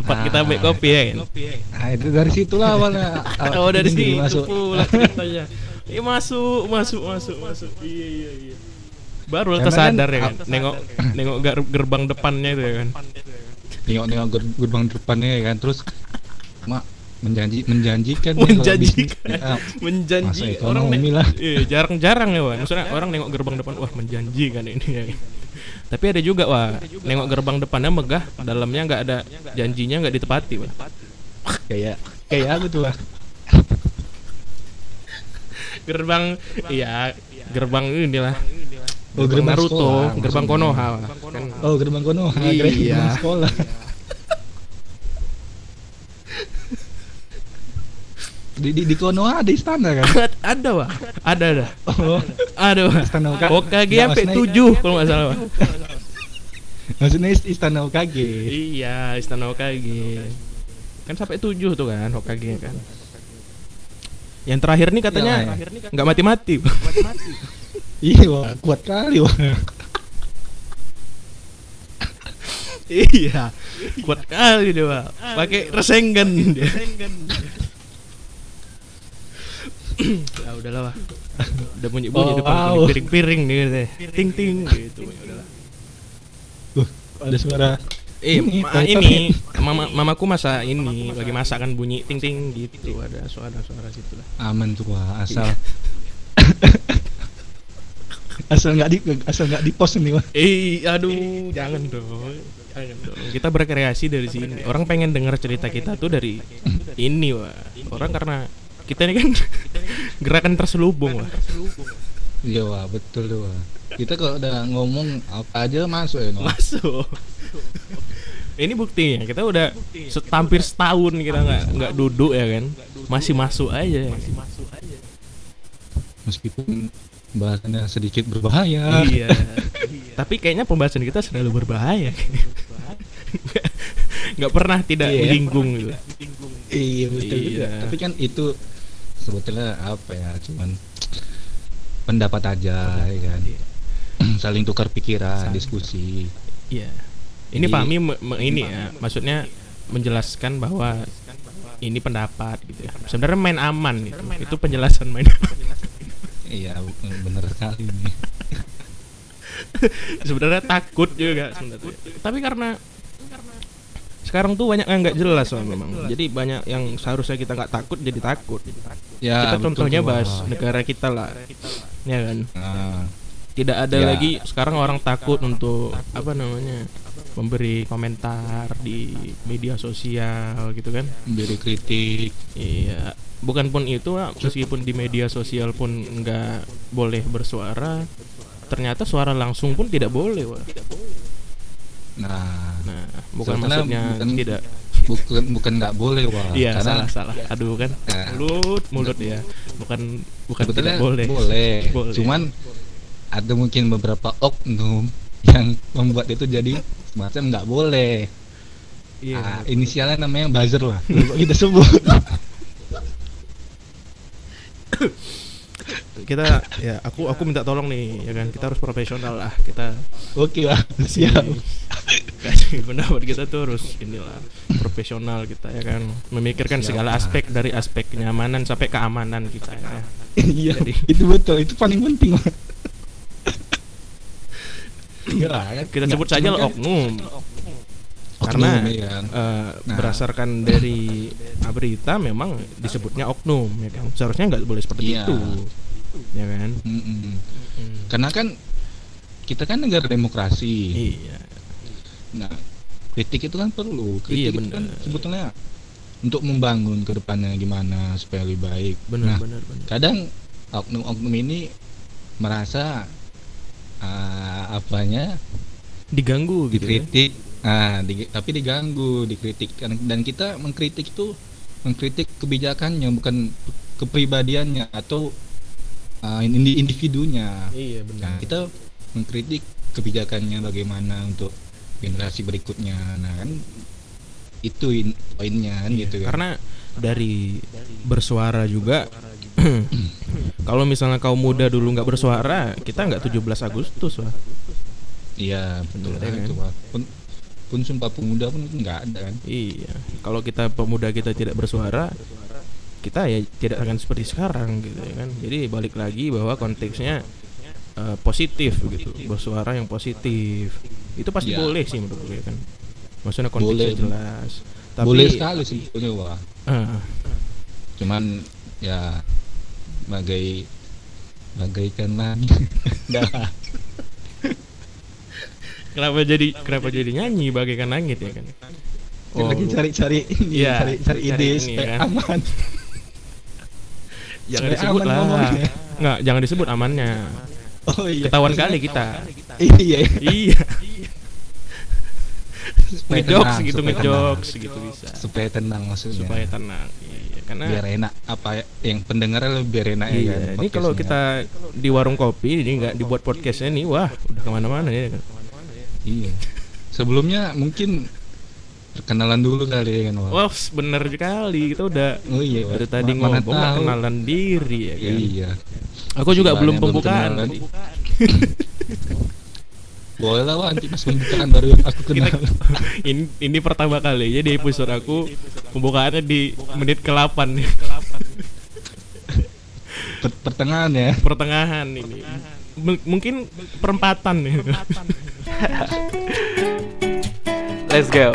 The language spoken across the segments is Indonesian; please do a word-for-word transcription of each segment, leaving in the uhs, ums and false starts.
rapat nah, kita ambil kopi ya kan. Nah itu dari situlah awalnya. Oh dari situ masuk pula ceritanya. Iya masuk masuk masuk masuk. Iya iya iya. Baru lah tersadar kan, ya kan. Nengok nengok gerbang depannya itu ya kan. Nengok-nengok gerbang depannya ya kan. Terus mak menjanji menjanjikan menjanjikan ya, menjanji orang ne- lah. Iya, jarang-jarang ya, Wan. Maksudnya orang nengok gerbang depan, wah menjanjikan ini ya. Tapi ada juga wah, nengok gerbang depannya megah, dalamnya enggak ada janjinya, enggak ditepati, Wah. Kayak kayak aku tuh, Wah. Gerbang iya, gerbang inilah. Oh, gerbang Naruto, sekolah, gerbang Konoha. Kan. Oh, gerbang Konoha, iya. Gerbang sekolah. Di, di, di Konoha ada istana kan? Ada wah, ada ada. Oh, ada wah. Istana Hokage. Hokage sampai tujuh kalau nggak salah. Wah. Maksudnya istana Hokage. Iya, istana Hokage. Kan sampai tujuh tuh kan Hokage kan. Yang terakhir nih katanya nggak ya, mati-mati. Mati-mati. Iya, wah, kuat kali wah. Iya, kuat kali dia wah. Pakai Rasengan dia. Ya udahlah Wah. Udah bunyi-bunyi oh, depan wow. piring-piring nih gitu. Ting ting gitu udahlah. Uh, ada suara eh ini, ma- ini mama mamaku masak ini lagi masak kan bunyi ting ting gitu, ada suara-suara situ lah. Aman tuh Wah, asal asal enggak di asal enggak di-post nih Wah. Eh aduh, jangan dong. Jangan dong. Kita berkreasi dari sini. Orang pengen dengar cerita kita tuh dari ini Wah. Orang karena kita ini kan gerakan terselubung Wah. Iya Wah, betul tuh Wah. Kita kalau udah ngomong apa aja masuk ya no? Masuk. Ini buktinya kita udah hampir setahun kita nggak nggak duduk ya kan, masih masuk aja. Meskipun bahasannya sedikit berbahaya. Iya. Tapi kayaknya pembahasan kita selalu berbahaya. Nggak pernah tidak iya. menyinggung gitu. Iya betul. Iya. Tapi kan itu sebetulnya apa ya, cuman pendapat aja ya kan. Saling tukar pikiran, saling. Diskusi. Iya. Ini Pak Mi me- me- ini ya, maksudnya menjelaskan bahwa ini pendapat gitu ya. Sebenarnya main aman gitu. Itu penjelasan main aman. Iya, bener sekali nih. Sebenarnya takut juga sebenarnya. Tapi karena sekarang tuh banyak yang nggak jelas soal memang. Jadi banyak yang seharusnya kita nggak takut jadi takut. Ya, kita contohnya bahas negara kita lah, ya kan. Nah, tidak ada ya. lagi sekarang orang takut untuk apa namanya memberi komentar di media sosial gitu kan. Memberi kritik. Iya. Bukan pun itu, meskipun di media sosial pun nggak boleh bersuara, ternyata suara langsung pun tidak boleh, Wah. Nah, nah bukan maksudnya bukan, tidak bukan bukan nggak boleh Wah. Iya, karena, salah salah. Aduh kan. Nah, mulut mulut ya. Bukan bukan tidak boleh. Boleh. boleh. Cuman ada mungkin beberapa oknum yang membuat itu jadi semacam nggak boleh. Iya. Nah, inisialnya namanya buzzer lah. Kita sebut. Kita ya aku aku minta tolong nih ya kan, kita harus profesional lah kita. Oke lah, siap. Kasih pendapat kita tuh harus inilah profesional kita ya kan, memikirkan siap segala aspek lah. Dari aspek kenyamanan sampai keamanan kita ya. Iya. Jadi, itu betul, itu paling penting. Ya, kita sebut saja lah oknum. Karena ya. uh, nah. berdasarkan dari berita memang disebutnya oknum ya kan. Seharusnya nggak boleh seperti iya. itu. Ya kan? Mm-mm. Mm. Karena kan kita kan negara demokrasi. Iya. Nah, kritik itu kan perlu. Kritik iya, itu kan sebetulnya untuk membangun ke depannya gimana supaya lebih baik. Benar, nah, benar, benar. Kadang oknum-oknum ini merasa uh, apanya diganggu gitu. Dikritik. Ya? Nah, di, tapi diganggu, dikritik, dan kita mengkritik itu mengkritik kebijakannya, bukan kepribadiannya atau uh, individunya. Iya benar. Nah, kita mengkritik kebijakannya bagaimana untuk generasi berikutnya. Nah kan itu in, poinnya kan iya, gitu kan. Karena dari bersuara juga. Kalau misalnya kaum muda dulu nggak bersuara, kita nggak tujuh belas Agustus lah. Iya betul ya, itu kan? Pun, pun Sumpah Pemuda pun nggak ada kan. Iya, kalau kita pemuda kita tidak bersuara, kita ya tidak akan seperti sekarang gitu ya kan. Jadi balik lagi bahwa konteksnya uh, positif begitu, bersuara yang positif. Itu pasti Ya. boleh sih menurut gue kan. Maksudnya konteksnya Boleh. jelas. Tapi Boleh sekali sebetulnya wah. uh, Cuman ya bagai bagaikan langit. Dah. kenapa jadi kenapa jadi nyanyi bagaikan langit ya kan? Lagi cari-cari ini, Iya, cari-cari cari ide ini, supaya kan. aman. Jangan Supaya disebut aman lah. ngomongnya. Nggak, jangan disebut amannya. Oh iya. Ketahuan kali kita. Iya. Iya. Supaya Ngejokes tenang, gitu, supaya ngejokes gitu bisa. Supaya tenang maksudnya. Supaya tenang. Iya, karena biar enak apa ya, yang pendengarnya lebih biar enak iya, ya kan. ini kalau podcastnya. kita di warung kopi ini nggak dibuat podcastnya nih, wah udah kemana-mana ya kan. Iya. Sebelumnya mungkin perkenalan dulu kali ya kan. Wak. Wah bener sekali, kita udah Oh iya. dari Wak. tadi Ma- mana ngomong nggak tahu. kenalan diri ya kan. Iya. Aku juga Banyak belum belum pembukaan kenalan. tadi. Boleh lah Wak, nanti pas pembukaan baru aku kenal. ini ini pertama kali ya di episode aku pembukaannya di menit ke delapan Per- pertengahan ya. pertengahan ini. M- mungkin perempatan ya. Let's go.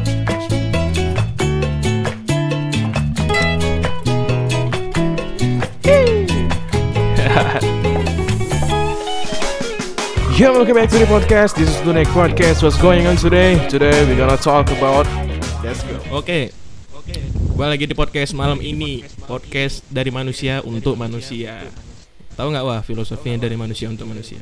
Yeah, welcome back to the podcast. This is the next podcast. What's going on today? Today we're gonna talk about. Let's go. Oke. Gua lagi di podcast malam ini. Podcast dari manusia untuk manusia. Tahu nggak wah filosofinya dari manusia untuk manusia?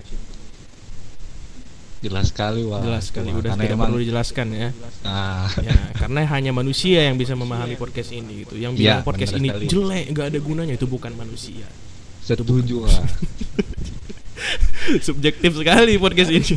Jelas sekali Wak. Jelas sekali, Wah, udah karena tidak emang- perlu dijelaskan ya. Ah, Ya, karena hanya manusia yang bisa memahami podcast ini gitu. Yang bilang Ya, podcast benar ini sekali. jelek, nggak ada gunanya, itu bukan manusia. setuju Wak. Subjektif sekali podcast ini.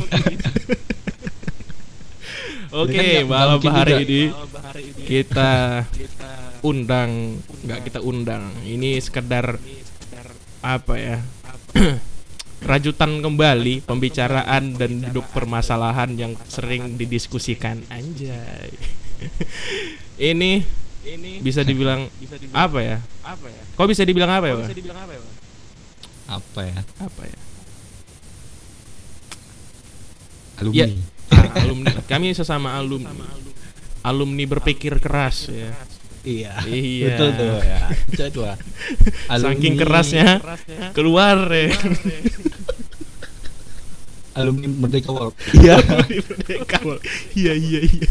Oke, Kan nggak- nggak malam mungkin hari juga. ini kita undang, nggak kita undang. Ini sekedar apa ya? Rajutan kembali pembicaraan dan duduk permasalahan yang sering didiskusikan anjay. Ini bisa dibilang apa ya? Kok bisa dibilang apa ya, Pak? Apa ya? Apa ya? Alumni. Ya, ah, alumni. Kami sesama alumni. Alumni berpikir keras ya. Iya. Iya. Betul tuh ya. Betul Wak. Saking Alumni- kerasnya keluar ya. Alumni Merdeka Walk. Iya. Iya iya iya.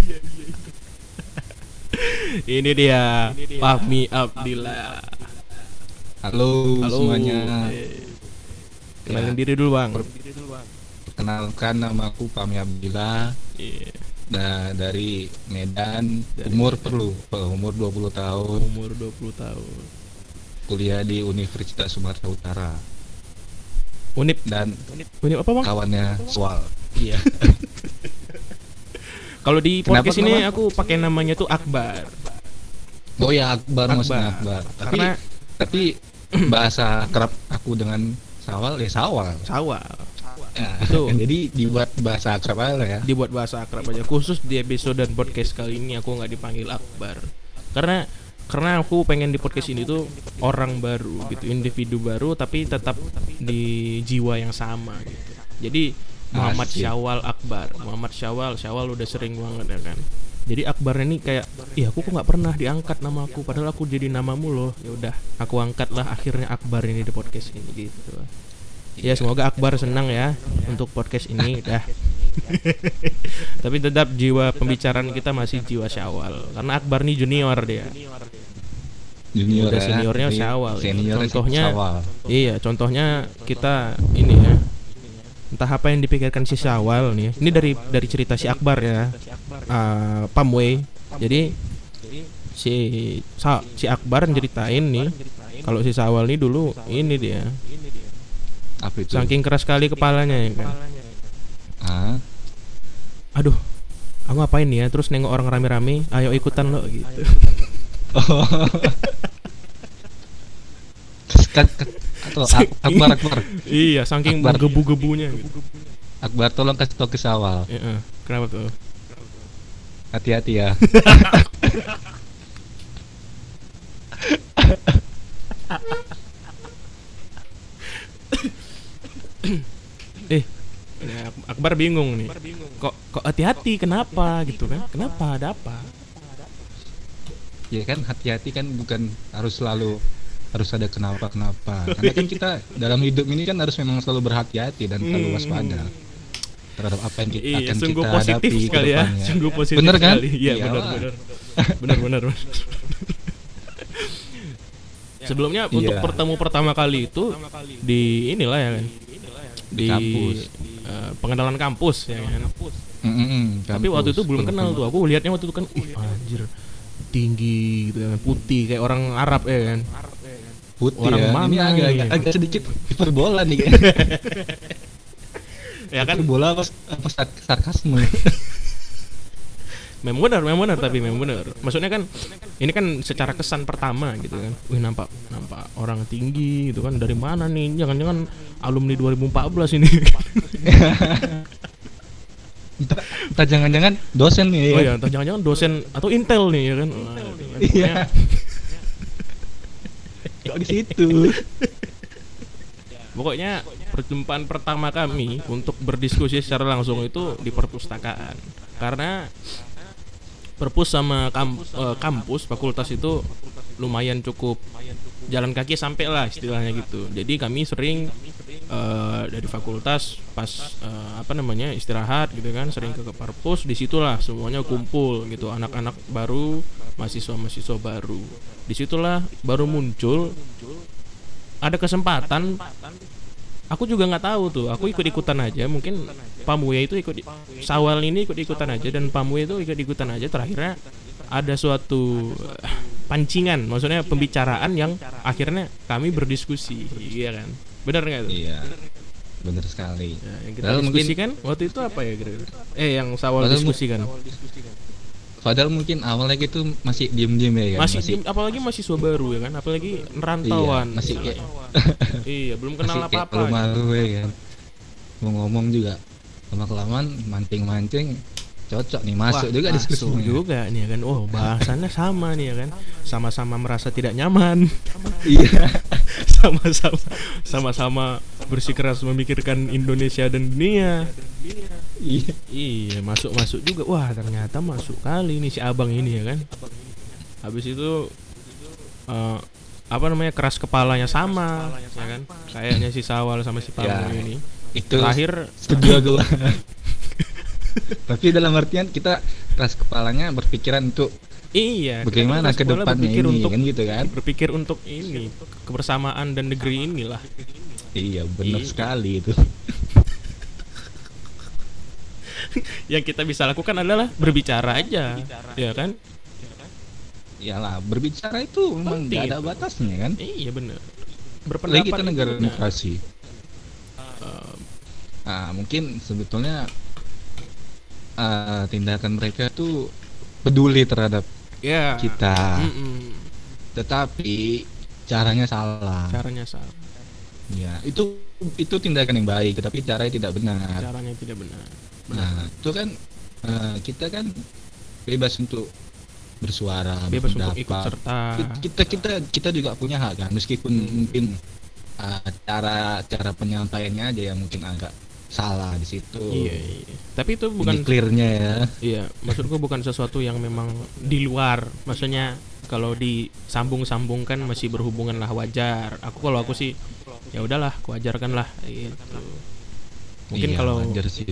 Ini dia Fahmi Abdillah. Halo, Halo semuanya. Eh, Kenalin Ya. diri dulu bang. Perkenalkan nama aku Fahmi Abdillah. Iya. Da- dari Medan. Dari Umur Medan. perlu, umur dua puluh tahun. Umur dua puluh tahun. Kuliah di Universitas Sumatera Utara. Unip Dan Unip apa bang? kawannya Soal. Iya. Kalau di Kenapa, podcast ini kenapa? aku pakai namanya tuh Akbar. Oh ya Akbar, maksudnya Akbar. Akbar. Tapi Karena tapi bahasa kerap aku dengan Sawal ya Sawal. Sawal Ya, Betul. jadi dibuat bahasa akrab aja lah ya. dibuat bahasa akrab aja. Khusus di episode dan podcast kali ini aku nggak dipanggil Akbar. Karena karena aku pengen di podcast ini tuh orang baru gitu, individu baru tapi tetap di jiwa yang sama gitu. Jadi Muhammad Asik. Syawal Akbar, Muhammad Syawal, Syawal udah sering banget ya kan. Jadi Akbar ini kayak, ih aku kok nggak pernah diangkat nama aku, padahal aku jadi namamu loh. Ya udah, aku angkat lah akhirnya Akbar ini di podcast ini gitu. Ya semoga Akbar senang ya untuk podcast ini dah. Tapi tetap jiwa pembicaraan kita masih jiwa Syawal karena Akbar nih junior dia. Junior Udah ya. seniornya Ini Syawal. seniornya Contohnya Syawal. Iya, contohnya kita ini ya. Entah apa yang dipikirkan si Syawal nih. Ini dari dari cerita si Akbar ya. Uh, Pamway. Jadi si Sa, si Akbar nyeritain nih kalau si Syawal nih dulu ini dia. Apa itu? Saking keras sekali kepalanya ya kan. Ah. Aduh, aku ngapain nih ya? Terus nengok orang rame-rame, ayo ikutan lo gitu. Oh. Kat, kat, atau Ak- Akbar Akbar Iya, saking Akbar. gebu-gebunya gitu. Akbar tolong kasih tau ke Sawal. Heeh. Kenapa tuh? Hati-hati ya. Eh, ya, Akbar bingung nih. Kok kok hati-hati kenapa gitu kan? Kenapa ada apa? Ya kan hati-hati kan bukan harus selalu harus ada kenapa-kenapa. Karena kan kita dalam hidup ini kan harus memang selalu berhati-hati dan selalu waspada terhadap apa yang kita Iya, akan sungguh kita positif hadapi ke sekali ya. depannya. Sungguh positif Bener kan? sekali. Iya, Iyalah. benar benar. Benar benar. benar. Sebelumnya Iya. untuk bertemu pertama kali itu di inilah ya kan. Di kampus. eh, pengenalan kampus ya kan. Mm-mm, Tapi waktu itu kampus. belum kenal tuh. Aku lihatnya waktu itu kan, ih anjir, tinggi gitu kan, putih kayak orang Arab ya kan. Putih Orang ya. mana Ini agak, ini? agak, agak sedikit hiperbola nih kayaknya. Ya kan, Hiperbola apa, apa sar- sarkasme. memang benar, memang benar tapi memang benar. Maksudnya kan ini kan secara kesan pertama gitu kan. Wih, nampak nampak orang tinggi gitu kan. Dari mana nih? Jangan-jangan alumni dua ribu empat belas ini. Entah, entah jangan-jangan dosen nih Oh ya. ya, entah jangan-jangan dosen atau Intel nih ya kan. Wah, gitu kan. Iya. Pokoknya- Kok di situ? Pokoknya perjumpaan pertama kami untuk berdiskusi secara langsung itu di perpustakaan. Karena perpus sama kamp- eh, kampus fakultas itu lumayan cukup jalan kaki sampai lah istilahnya gitu. Jadi kami sering eh, dari fakultas pas eh, apa namanya istirahat gitu kan, sering ke perpus, disitulah semuanya kumpul gitu, anak-anak baru, mahasiswa-mahasiswa baru. Disitulah baru muncul ada kesempatan. Aku juga nggak tahu tuh, aku ikut-ikutan aja. Mungkin Pamuya itu ikut, Sawal ini ikut-ikutan aja, dan Pamuya itu ikut-ikutan aja. Terakhirnya ada suatu eh, pancingan, maksudnya pembicaraan yang akhirnya kami berdiskusi, iya kan? Benar nggak tuh? Iya. Bener sekali. Ya, yang kita Padahal mungkin- diskusikan waktu itu apa ya kira-kira? Eh, yang Sawal Padahal mu- diskusikan. Padahal mungkin awalnya gitu masih diem-diem ya kan. Masih, diem, apalagi mahasiswa baru ya kan, apalagi nerantauan. Iya, masih kayak Iya, belum kenal masih kayak apa-apa. gitu. malu ya kan. Mau ngomong juga lama-kelamaan mancing-mancing cocok nih masuk Wah, juga masuk diskusinya. juga nih ya kan. Oh, bahasannya sama nih ya kan. Sama-sama merasa tidak nyaman. Iya. Sama-sama sama-sama bersikeras memikirkan Indonesia dan dunia. Iya. Iya, masuk-masuk juga. Wah, ternyata masuk kali nih si abang ini ya kan. Habis itu eh, apa namanya, keras kepalanya sama ya kan. Kayaknya si Sawal sama si Pamu Ya, ini. Itu Terakhir kedua gua. Tapi dalam artian kita keras kepalanya berpikiran untuk iya, bagaimana keras ke kepala depannya berpikir ini untuk kan gitu kan. berpikir untuk ini kebersamaan dan negeri inilah. Iya, benar Iya. sekali itu. Yang kita bisa lakukan adalah berbicara aja, ya kan? Iyalah, berbicara itu memang Penting nggak ada itu. batasnya kan. Iya benar. Apalagi Berpendapat kita itu negara benar. demokrasi. Eh, Nah, mungkin sebetulnya uh, tindakan mereka tuh peduli terhadap ya. kita, Mm-mm. tetapi caranya salah. Caranya salah. Ya, itu itu tindakan yang baik, tetapi caranya tidak benar. Caranya tidak benar. Nah, itu kan uh, kita kan bebas untuk bersuara, Bebas untuk ikut berpendapat. serta. Kita kita kita juga punya hak kan, meskipun mungkin uh, cara cara penyampaiannya aja yang mungkin agak salah di situ. Iya, iya. Tapi itu Ini bukan clearnya ya. iya, maksudku bukan sesuatu yang memang di luar. Maksudnya kalau disambung-sambungkan masih berhubungan lah, wajar. Aku kalau aku sih ya udahlah, aku ajarkan lah gitu. Mungkin Iya, kalau wajar sih.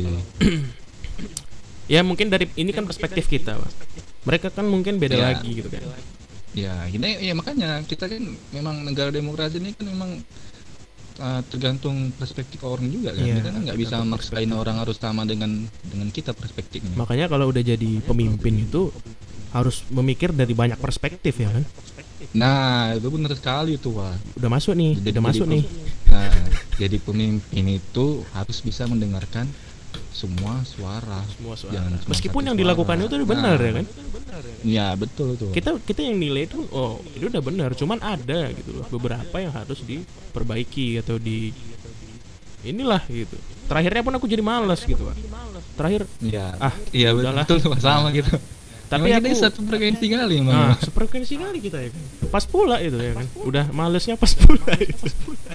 ya mungkin dari ini kan perspektif kita, Pak. Mereka kan mungkin beda Iya. lagi gitu kan. Ya, ini ya makanya kita kan memang negara demokrasi ini kan memang uh, tergantung perspektif orang juga kan. Iya, Kita kan nggak bisa tergantung maksain orang harus sama dengan dengan kita perspektifnya. Makanya kalau udah jadi pemimpin itu harus memikir dari banyak perspektif ya kan. Nah, itu benar sekali tuh, Wak. Udah masuk nih, Jadi- udah jadi masuk pem- nih. Nah, jadi pemimpin itu harus bisa mendengarkan semua suara. Semua suara. Jangan cuma Meskipun satu yang suara. dilakukan itu udah benar Nah, ya kan. Ya, betul tuh. Kita kita yang nilai itu oh itu udah benar, cuman ada gitu loh beberapa yang harus diperbaiki atau di inilah gitu. Terakhirnya pun aku jadi malas gitu, Pak. Terakhir Ya. ah Iya, udahlah. betul tuh, sama gitu. Tapi Emang aku ini satu frekuensi kali nah, emang. sefrekuensi kali kita ya kan. Pas pula itu ya kan. Udah malesnya pas pula itu.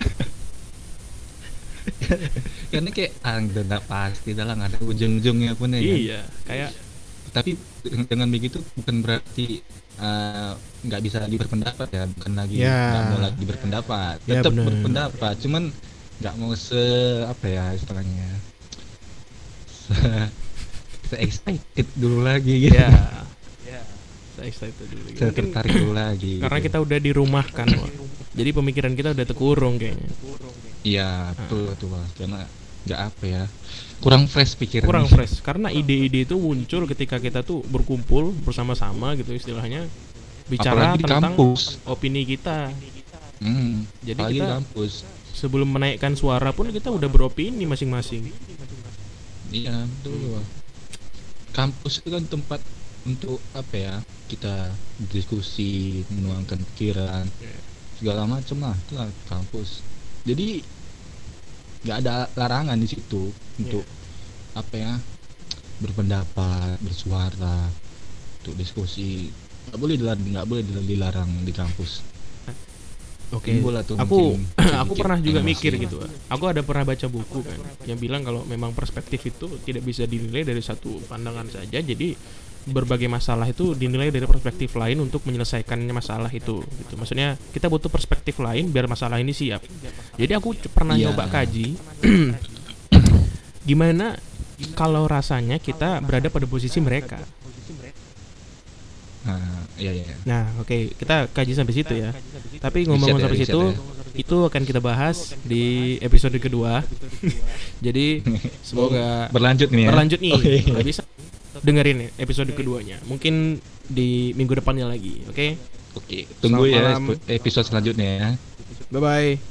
Karena kayak ah udah nggak pasti dah lah, nggak ada ujung-ujungnya pun ya kan? Iya, kayak Tapi dengan, dengan begitu bukan berarti eh, nggak bisa lagi berpendapat ya, bukan lagi Ya. nggak mau lagi berpendapat, Ya, tetap bener. berpendapat, cuman nggak mau se apa ya istilahnya, se, se excited dulu lagi gitu, ya. Ya. Saya excited dulu. se Mungkin tertarik dulu lagi. karena gitu. kita udah dirumahkan, Wak. Jadi pemikiran kita udah terkurung kayaknya. Iya betul betul Bang. Karena nggak apa ya, kurang fresh pikiran. Kurang fresh karena ide-ide itu muncul ketika kita tuh berkumpul bersama-sama gitu istilahnya, bicara Apalagi di tentang kampus. opini kita. Hmm, Jadi apalagi di kita- kampus. Sebelum menaikkan suara pun kita udah beropini masing-masing. Iya betul. Kampus itu kan tempat untuk apa ya, kita diskusi, menuangkan pikiran, segala macam lah, itu lah kampus. Jadi nggak ada larangan di situ untuk apa ya, berpendapat, bersuara, untuk diskusi. Nggak boleh dilarang, nggak boleh dilarang di kampus. Oke. Timbul lah tuh Aku mungkin aku sedikit pernah juga emosi. mikir gitu. Aku ada pernah baca buku kan yang bilang kalau memang perspektif itu tidak bisa dinilai dari satu pandangan saja. Jadi berbagai masalah itu dinilai dari perspektif lain untuk menyelesaikannya masalah itu gitu. Maksudnya kita butuh perspektif lain biar masalah ini siap. Jadi aku c- pernah Iya. nyoba kaji gimana kalau rasanya kita berada pada posisi mereka. Nah, iya iya. Nah, oke, kita kaji sampai situ ya. Tapi ngomong Riset ya, sampai riset situ, ya. itu akan kita bahas di episode kedua. Jadi semoga Berlanjut nih ya. berlanjut nih. Oke. Nggak bisa dengerin episode keduanya. Mungkin di minggu depannya lagi, oke? Oke, tunggu Selamat ya malam. episode selanjutnya ya. Bye bye.